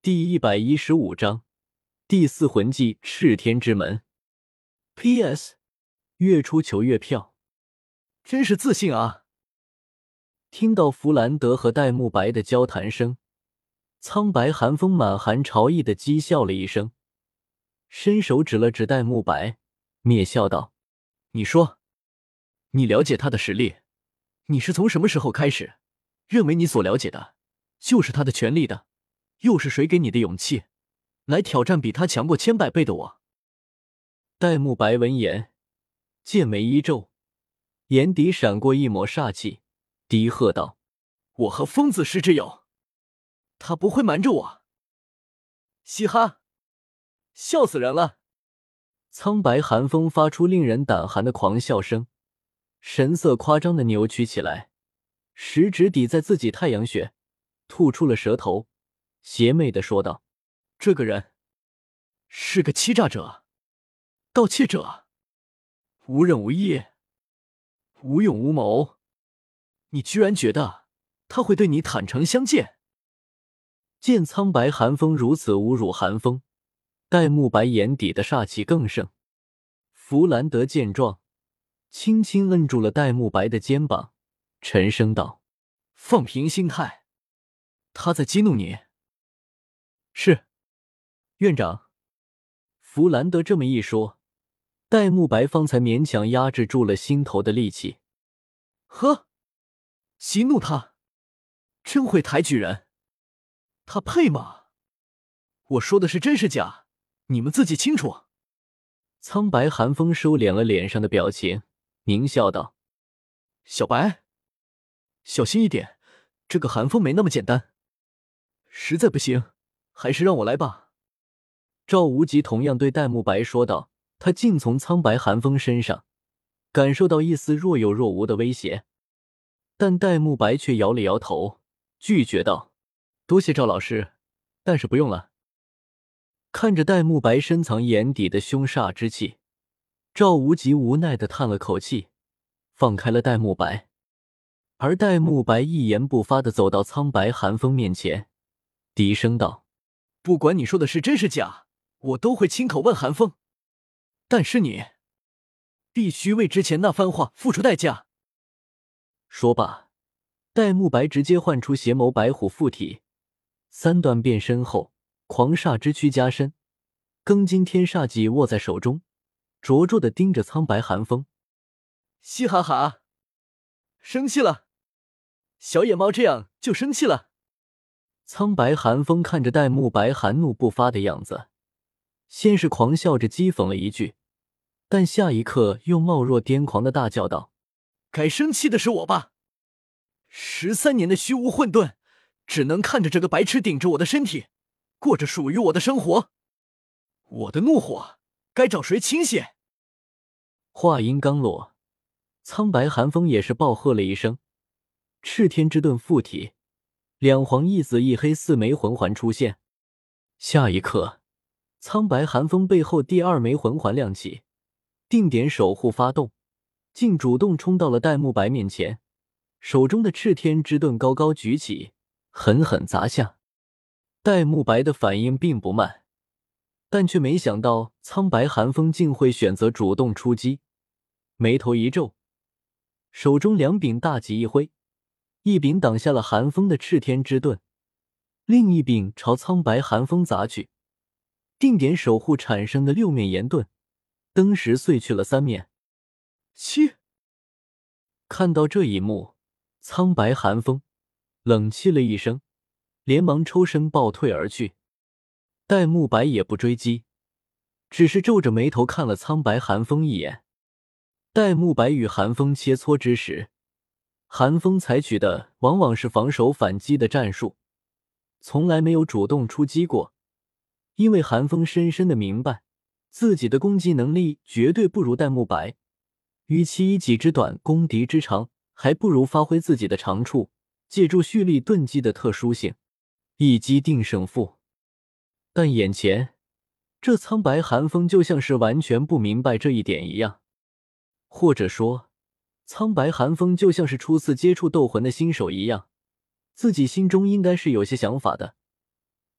第115章第4魂技赤天之门。 PS 月初求月票， 真是自信啊！ 听到弗兰德和戴沐白的交谈声，苍白寒风满含潮意的讥笑了一声，伸手指了指戴沐白，蔑笑道： 你说，你了解他的实力，你是从什么时候开始认为你所了解的就是他的权力的？又是谁给你的勇气来挑战比他强过千百倍的我？ 戴沐白闻言，剑眉一皱，眼底闪过一抹煞气，低喝道： 我和疯子师之友，他不会瞒着我。嘻哈，笑死人了！ 苍白寒风发出令人胆寒的狂笑声，神色夸张的扭曲起来，食指抵在自己太阳穴，吐出了舌头，邪魅的说道： 这个人是个欺诈者，盗窃者，无忍无义，无勇无谋，你居然觉得他会对你坦诚相见？ 见苍白寒风如此侮辱寒风，戴沐白眼底的煞气更盛。弗兰德见状，轻轻摁住了戴沐白的肩膀，沉声道： 放平心态，他在激怒你。 是，院长。弗兰德这么一说，戴沐白方才勉强压制住了心头的戾气。 呵，激怒他，真会抬举人，他配吗？我说的是真是假，你们自己清楚。 苍白寒风收敛了脸上的表情，狞笑道： 小白，小心一点，这个寒风没那么简单，实在不行还是让我来吧。 赵无极同样对戴沐白说道，他竟从苍白寒风身上感受到一丝若有若无的威胁，但戴沐白却摇了摇头，拒绝道：多谢赵老师，但是不用了。看着戴沐白深藏眼底的凶煞之气，赵无极无奈地叹了口气，放开了戴沐白。而戴沐白一言不发地走到苍白寒风面前，低声道： 不管你说的是真是假，我都会亲口问寒风，但是你必须为之前那番话付出代价。 说罢，戴沐白直接唤出邪眸白虎附体，3段变身后，狂煞之躯加深，庚金天煞戟握在手中，灼灼地盯着苍白寒风。 嘻哈哈，生气了，小野猫这样就生气了。 苍白寒风看着戴沐白含怒不发的样子，先是狂笑着讥讽了一句，但下一刻又貌若癫狂的大叫道： 该生气的是我吧！13年的虚无混沌，只能看着这个白痴顶着我的身体，过着属于我的生活。我的怒火该找谁倾泻？ 话音刚落，苍白寒风也是暴喝了一声，赤天之盾附体，2黄一紫一黑4枚魂环出现。下一刻，苍白寒风背后第2枚魂环亮起，定点守护发动，竟主动冲到了戴沐白面前，手中的赤天之盾高高举起，狠狠砸下。戴沐白的反应并不慢，但却没想到苍白寒风竟会选择主动出击，眉头一皱，手中2柄大戟一挥，一柄挡下了寒风的赤天之盾，另一柄朝苍白寒风砸去。定点守护产生的6面炎盾登时碎去了3面。看到这一幕，苍白寒风冷气了一声，连忙抽身暴退而去。戴沐白也不追击，只是皱着眉头看了苍白寒风一眼。戴沐白与寒风切磋之时，寒风采取的往往是防守反击的战术，从来没有主动出击过，因为寒风深深的明白自己的攻击能力绝对不如戴沐白，与其以己之短攻敌之长，还不如发挥自己的长处，借助蓄力钝击的特殊性，一击定胜负。但眼前这苍白寒风就像是完全不明白这一点一样，或者说苍白寒风就像是初次接触斗魂的新手一样，自己心中应该是有些想法的，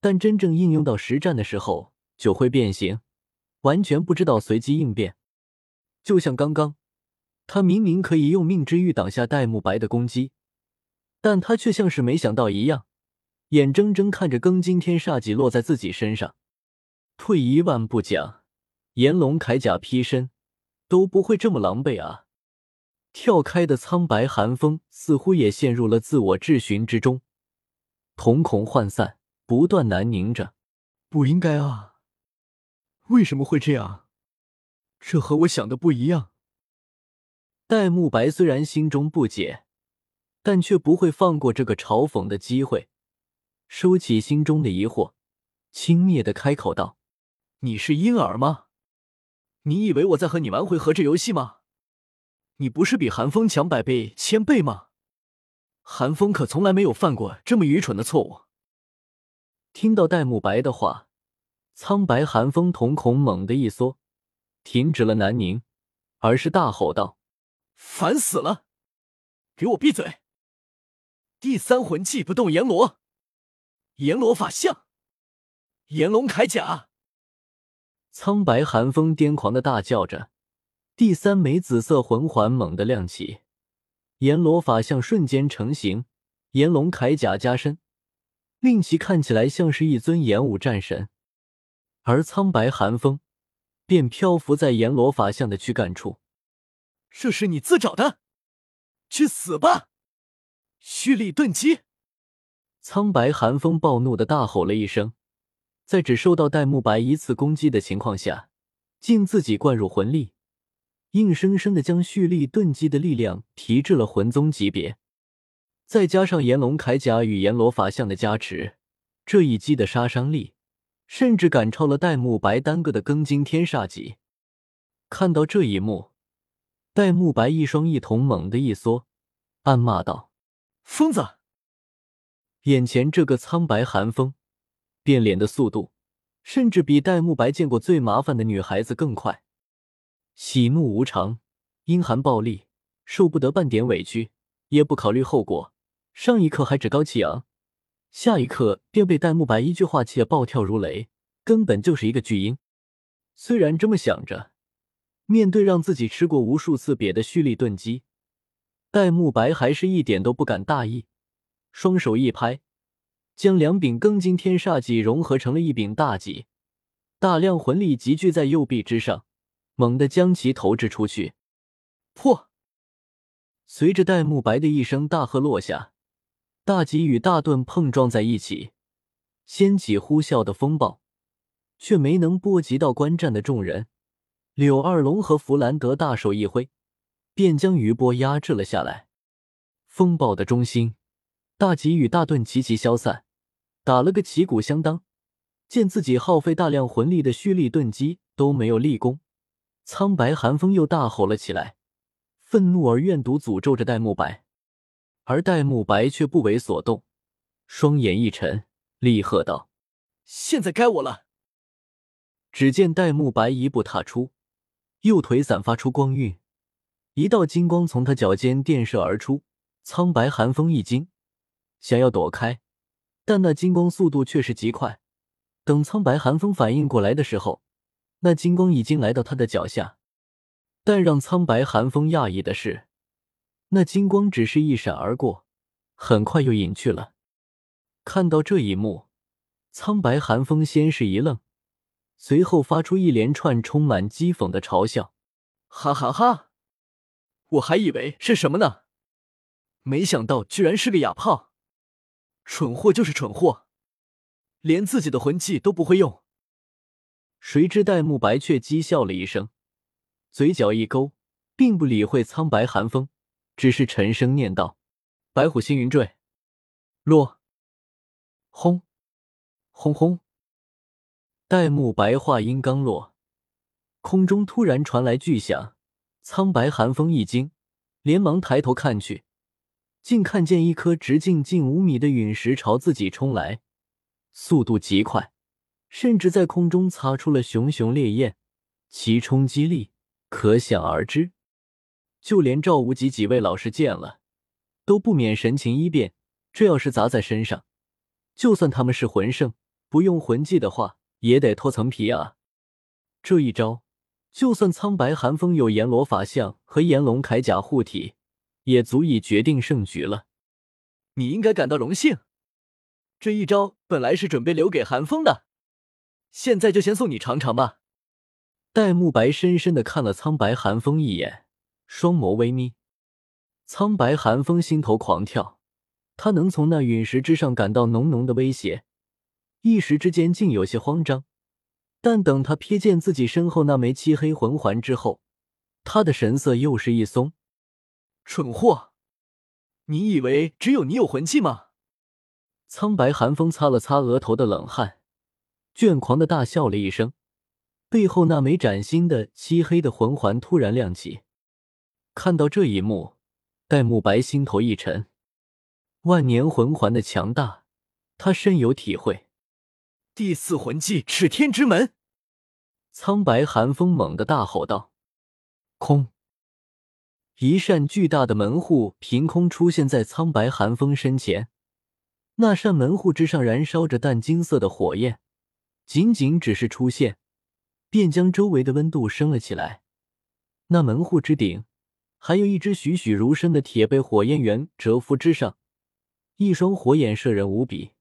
但真正应用到实战的时候就会变形，完全不知道随机应变。就像刚刚，他明明可以用命之玉挡下戴沐白的攻击，但他却像是没想到一样，眼睁睁看着庚金天煞戟落在自己身上。退一万步讲，炎龙铠甲披身都不会这么狼狈啊！跳开的苍白寒风似乎也陷入了自我质询之中，瞳孔涣散，不断南凝着。 不应该啊，为什么会这样？这和我想的不一样。 戴沐白虽然心中不解，但却不会放过这个嘲讽的机会，收起心中的疑惑，轻蔑地开口道： 你是婴儿吗？你以为我在和你玩回合制游戏吗？你不是比寒风强100倍、1000倍吗？寒风可从来没有犯过这么愚蠢的错误。 听到戴沐白的话，苍白寒风瞳孔猛地一缩，停止了南宁，而是大吼道： 烦死了！给我闭嘴！第三魂技不动阎罗，阎罗法相，炎龙铠甲！ 苍白寒风癫狂地大叫着，第三枚紫色魂环猛地亮起，阎罗法相瞬间成型，炎龙铠甲加身，令其看起来像是一尊演武战神，而苍白寒风便漂浮在阎罗法相的躯干处。 这是你自找的，去死吧！蓄力顿击！ 苍白寒风暴怒地大吼了一声，在只受到戴沐白一次攻击的情况下，竟自己灌入魂力，硬生生地将蓄力顿击的力量提至了魂宗级别。再加上炎龙铠甲与阎罗法相的加持，这一击的杀伤力甚至赶超了戴沐白单个的庚金天煞戟。看到这一幕，戴沐白一双翼瞳猛地一缩，暗骂道： 疯子！ 眼前这个苍白寒风变脸的速度，甚至比戴沐白见过最麻烦的女孩子更快。喜怒无常，阴寒暴戾，受不得半点委屈，也不考虑后果，上一刻还趾高气扬，下一刻便被戴沐白一句话气得暴跳如雷，根本就是一个巨婴。虽然这么想着，面对让自己吃过无数次瘪的蓄力顿击，戴沐白还是一点都不敢大意，双手一拍，将两柄庚金天煞戟融合成了一柄大戟，大量魂力集聚在右臂之上，猛地将其投掷出去。破！随着戴沐白的一声大喝落下，大戟与大盾碰撞在一起，掀起呼啸的风暴，却没能波及到观战的众人。柳二龙和弗兰德大手一挥，便将余波压制了下来。风暴的中心，大戟与大盾齐齐消散，打了个旗鼓相当。见自己耗费大量魂力的蓄力顿击都没有立功，苍白寒风又大吼了起来，愤怒而怨毒诅咒着戴沐白。而戴沐白却不为所动，双眼一沉，厉喝道： 现在该我了！ 只见戴沐白一步踏出，右腿散发出光晕，一道金光从他脚尖电射而出。苍白寒风一惊，想要躲开，但那金光速度却是极快。等苍白寒风反应过来的时候，那金光已经来到他的脚下。但让苍白寒风讶异的是，那金光只是一闪而过，很快又隐去了。看到这一幕，苍白寒风先是一愣，随后发出一连串充满讥讽的嘲笑： 哈哈哈！我还以为是什么呢？没想到居然是个哑炮！蠢货就是蠢货，连自己的魂技都不会用。 谁知戴沐白却讥笑了一声，嘴角一勾，并不理会苍白寒风，只是沉声念道：白虎星云坠，落！轰！轰轰！戴沐白话音刚落，空中突然传来巨响，苍白寒风一惊，连忙抬头看去，竟看见一颗直径近5米的陨石朝自己冲来，速度极快，甚至在空中擦出了熊熊烈焰，其冲击力可想而知。就连赵无极几位老师见了，都不免神情一变，这要是砸在身上，就算他们是魂圣， 不用魂技的话，也得脱层皮啊。这一招，就算苍白寒风有阎罗法相和炎龙铠甲护体，也足以决定胜局了。 你应该感到荣幸，这一招本来是准备留给寒风的，现在就先送你尝尝吧。 戴沐白深深地看了苍白寒风一眼，双眸微眯。苍白寒风心头狂跳，他能从那陨石之上感到浓浓的威胁，一时之间竟有些慌张。但等他瞥见自己身后那枚漆黑魂环之后，他的神色又是一松。 蠢货，你以为只有你有魂技吗？ 苍白寒风擦了擦额头的冷汗，倦狂的大笑了一声，背后那枚崭新的漆黑的魂环突然亮起。看到这一幕，戴沐白心头一沉，万年魂环的强大，他深有体会。 第四魂技赤天之门！ 苍白寒风猛地大吼道：“空！”一扇巨大的门户凭空出现在苍白寒风身前，那扇门户之上燃烧着淡金色的火焰，仅仅只是出现，便将周围的温度升了起来。那门户之顶，还有一只栩栩如生的铁被火焰源蛰伏之上，一双火眼摄人无比。